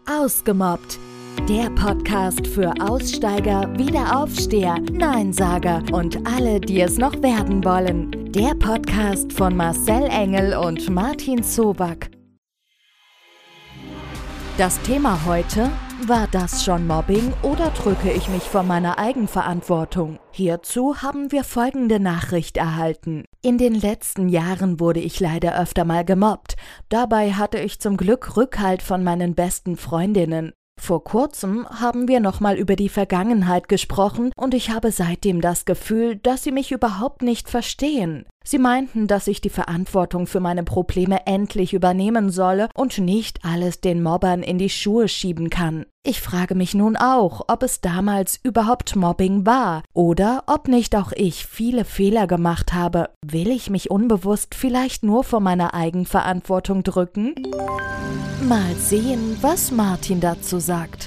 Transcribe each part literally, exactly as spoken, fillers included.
Ausgemobbt. Der Podcast für Aussteiger, Wiederaufsteher, Neinsager und alle, die es noch werden wollen. Der Podcast von Marcel Engel und Martin Zoback. Das Thema heute: War das schon Mobbing oder drücke ich mich vor meiner Eigenverantwortung? Hierzu haben wir folgende Nachricht erhalten. In den letzten Jahren wurde ich leider öfter mal gemobbt. Dabei hatte ich zum Glück Rückhalt von meinen besten Freundinnen. Vor kurzem haben wir nochmal über die Vergangenheit gesprochen und ich habe seitdem das Gefühl, dass sie mich überhaupt nicht verstehen. Sie meinten, dass ich die Verantwortung für meine Probleme endlich übernehmen solle und nicht alles den Mobbern in die Schuhe schieben kann. Ich frage mich nun auch, ob es damals überhaupt Mobbing war oder ob nicht auch ich viele Fehler gemacht habe. Will ich mich unbewusst vielleicht nur vor meiner Eigenverantwortung drücken? Mal sehen, was Martin dazu sagt.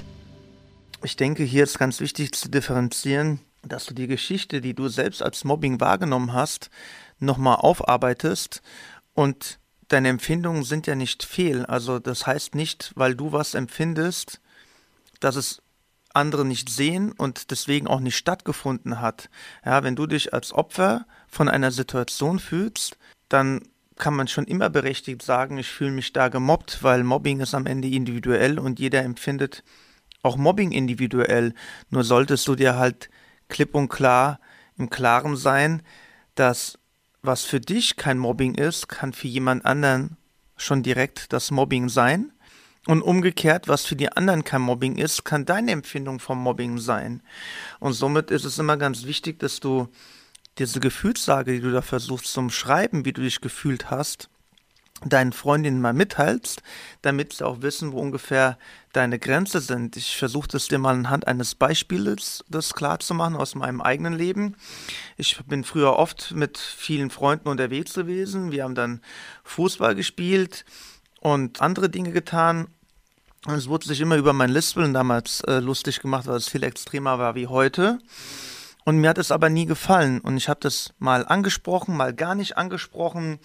Ich denke, hier ist ganz wichtig zu differenzieren, dass du die Geschichte, die du selbst als Mobbing wahrgenommen hast, nochmal aufarbeitest, und deine Empfindungen sind ja nicht fehl. Also das heißt nicht, weil du was empfindest, dass es andere nicht sehen und deswegen auch nicht stattgefunden hat. Ja, wenn du dich als Opfer von einer Situation fühlst, dann kann man schon immer berechtigt sagen, ich fühle mich da gemobbt, weil Mobbing ist am Ende individuell und jeder empfindet auch Mobbing individuell. Nur solltest du dir halt klipp und klar im Klaren sein, dass was für dich kein Mobbing ist, kann für jemand anderen schon direkt das Mobbing sein. Und umgekehrt, was für die anderen kein Mobbing ist, kann deine Empfindung vom Mobbing sein. Und somit ist es immer ganz wichtig, dass du diese Gefühlslage, die du da versuchst zu umschreiben, wie du dich gefühlt hast, deinen Freundinnen mal mitteilst, damit sie auch wissen, wo ungefähr deine Grenzen sind. Ich versuche das dir mal anhand eines Beispiels das klar zu machen aus meinem eigenen Leben. Ich bin früher oft mit vielen Freunden unterwegs gewesen. Wir haben dann Fußball gespielt und andere Dinge getan. Und es wurde sich immer über mein Lispeln damals äh, lustig gemacht, weil es viel extremer war wie heute. Und mir hat es aber nie gefallen. Und ich habe das mal angesprochen, mal gar nicht angesprochen.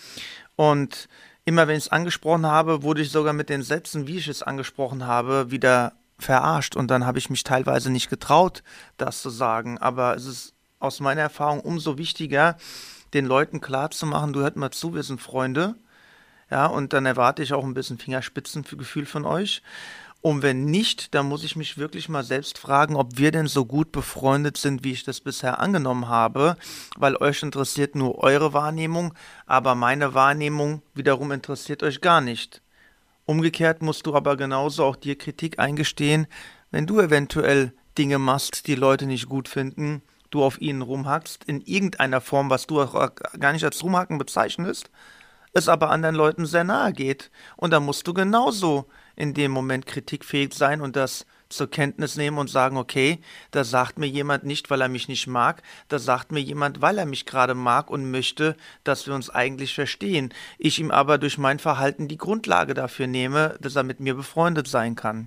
Und immer wenn ich es angesprochen habe, wurde ich sogar mit den Sätzen, wie ich es angesprochen habe, wieder verarscht. Und dann habe ich mich teilweise nicht getraut, das zu sagen. Aber es ist aus meiner Erfahrung umso wichtiger, den Leuten klarzumachen, du hört mal zu, wir sind Freunde. Ja, und dann erwarte ich auch ein bisschen Fingerspitzengefühl von euch. Und wenn nicht, dann muss ich mich wirklich mal selbst fragen, ob wir denn so gut befreundet sind, wie ich das bisher angenommen habe, weil euch interessiert nur eure Wahrnehmung, aber meine Wahrnehmung wiederum interessiert euch gar nicht. Umgekehrt musst du aber genauso auch dir Kritik eingestehen, wenn du eventuell Dinge machst, die Leute nicht gut finden, du auf ihnen rumhackst, in irgendeiner Form, was du auch gar nicht als Rumhacken bezeichnest, es aber anderen Leuten sehr nahe geht. Und da musst du genauso in dem Moment kritikfähig sein und das zur Kenntnis nehmen und sagen, okay, da sagt mir jemand nicht, weil er mich nicht mag, da sagt mir jemand, weil er mich gerade mag und möchte, dass wir uns eigentlich verstehen. Ich ihm aber durch mein Verhalten die Grundlage dafür nehme, dass er mit mir befreundet sein kann.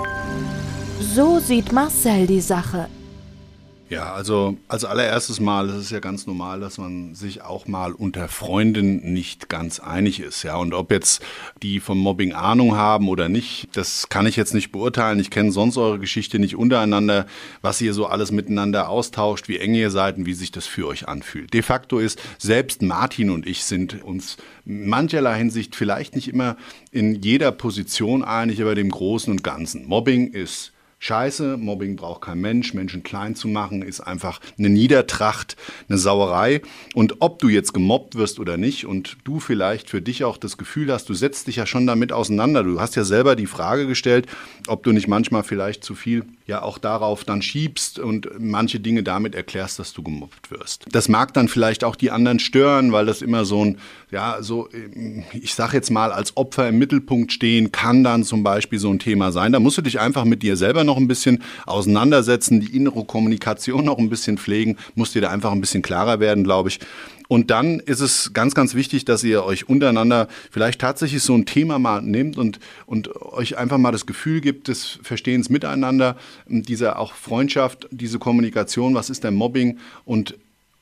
So sieht Marcel die Sache. Ja, also als allererstes Mal ist es ja ganz normal, dass man sich auch mal unter Freunden nicht ganz einig ist. Ja, und ob jetzt die vom Mobbing Ahnung haben oder nicht, das kann ich jetzt nicht beurteilen. Ich kenne sonst eure Geschichte nicht untereinander, was ihr so alles miteinander austauscht, wie eng ihr seid und wie sich das für euch anfühlt. De facto ist, selbst Martin und ich sind uns in mancherlei Hinsicht vielleicht nicht immer in jeder Position einig, aber dem Großen und Ganzen. Mobbing ist Scheiße, Mobbing braucht kein Mensch, Menschen klein zu machen, ist einfach eine Niedertracht, eine Sauerei. Und ob du jetzt gemobbt wirst oder nicht und du vielleicht für dich auch das Gefühl hast, du setzt dich ja schon damit auseinander. Du hast ja selber die Frage gestellt, ob du nicht manchmal vielleicht zu viel ja auch darauf dann schiebst und manche Dinge damit erklärst, dass du gemobbt wirst. Das mag dann vielleicht auch die anderen stören, weil das immer so ein, ja, so, ich sag jetzt mal, als Opfer im Mittelpunkt stehen, kann dann zum Beispiel so ein Thema sein. Da musst du dich einfach mit dir selber noch ein bisschen auseinandersetzen, die innere Kommunikation noch ein bisschen pflegen, musst dir da einfach ein bisschen klarer werden, glaube ich. Und dann ist es ganz, ganz wichtig, dass ihr euch untereinander vielleicht tatsächlich so ein Thema mal nehmt und, und euch einfach mal das Gefühl gibt des Verstehens miteinander, dieser auch Freundschaft, diese Kommunikation, was ist denn Mobbing, und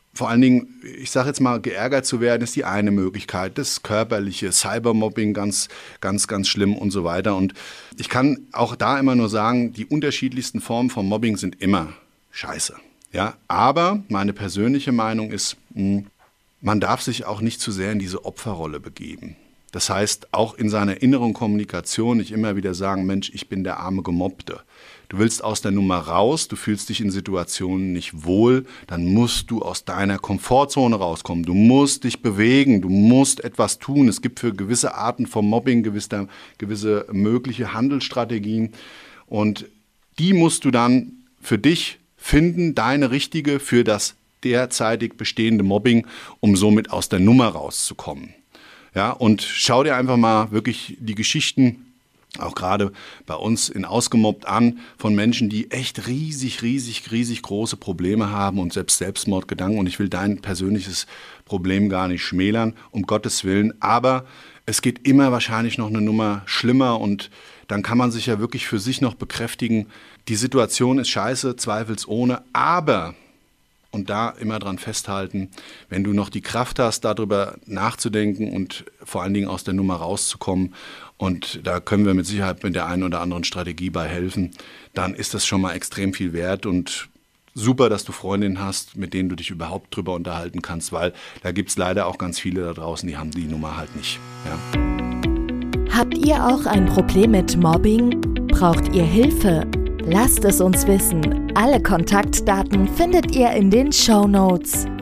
vor allen Dingen, ich sage jetzt mal, geärgert zu werden, ist die eine Möglichkeit. Das körperliche, Cybermobbing, ganz, ganz, ganz schlimm und so weiter. Und ich kann auch da immer nur sagen, die unterschiedlichsten Formen von Mobbing sind immer scheiße. Ja, aber meine persönliche Meinung ist, man darf sich auch nicht zu sehr in diese Opferrolle begeben. Das heißt, auch in seiner inneren Kommunikation nicht immer wieder sagen, Mensch, ich bin der arme Gemobbte. Du willst aus der Nummer raus, du fühlst dich in Situationen nicht wohl, dann musst du aus deiner Komfortzone rauskommen. Du musst dich bewegen, du musst etwas tun. Es gibt für gewisse Arten von Mobbing gewisse, gewisse mögliche Handelsstrategien und die musst du dann für dich finden, deine richtige für das derzeitig bestehende Mobbing, um somit aus der Nummer rauszukommen. Ja, und schau dir einfach mal wirklich die Geschichten auch gerade bei uns in Ausgemobbt an von Menschen, die echt riesig, riesig, riesig große Probleme haben und selbst Selbstmordgedanken. Und ich will dein persönliches Problem gar nicht schmälern, um Gottes Willen. Aber es geht immer wahrscheinlich noch eine Nummer schlimmer und dann kann man sich ja wirklich für sich noch bekräftigen, die Situation ist scheiße, zweifelsohne, aber, und da immer dran festhalten, wenn du noch die Kraft hast, darüber nachzudenken und vor allen Dingen aus der Nummer rauszukommen, und da können wir mit Sicherheit mit der einen oder anderen Strategie bei helfen, dann ist das schon mal extrem viel wert und super, dass du Freundinnen hast, mit denen du dich überhaupt drüber unterhalten kannst, weil da gibt es leider auch ganz viele da draußen, die haben die Nummer halt nicht. Ja. Habt ihr auch ein Problem mit Mobbing? Braucht ihr Hilfe? Lasst es uns wissen. Alle Kontaktdaten findet ihr in den Shownotes.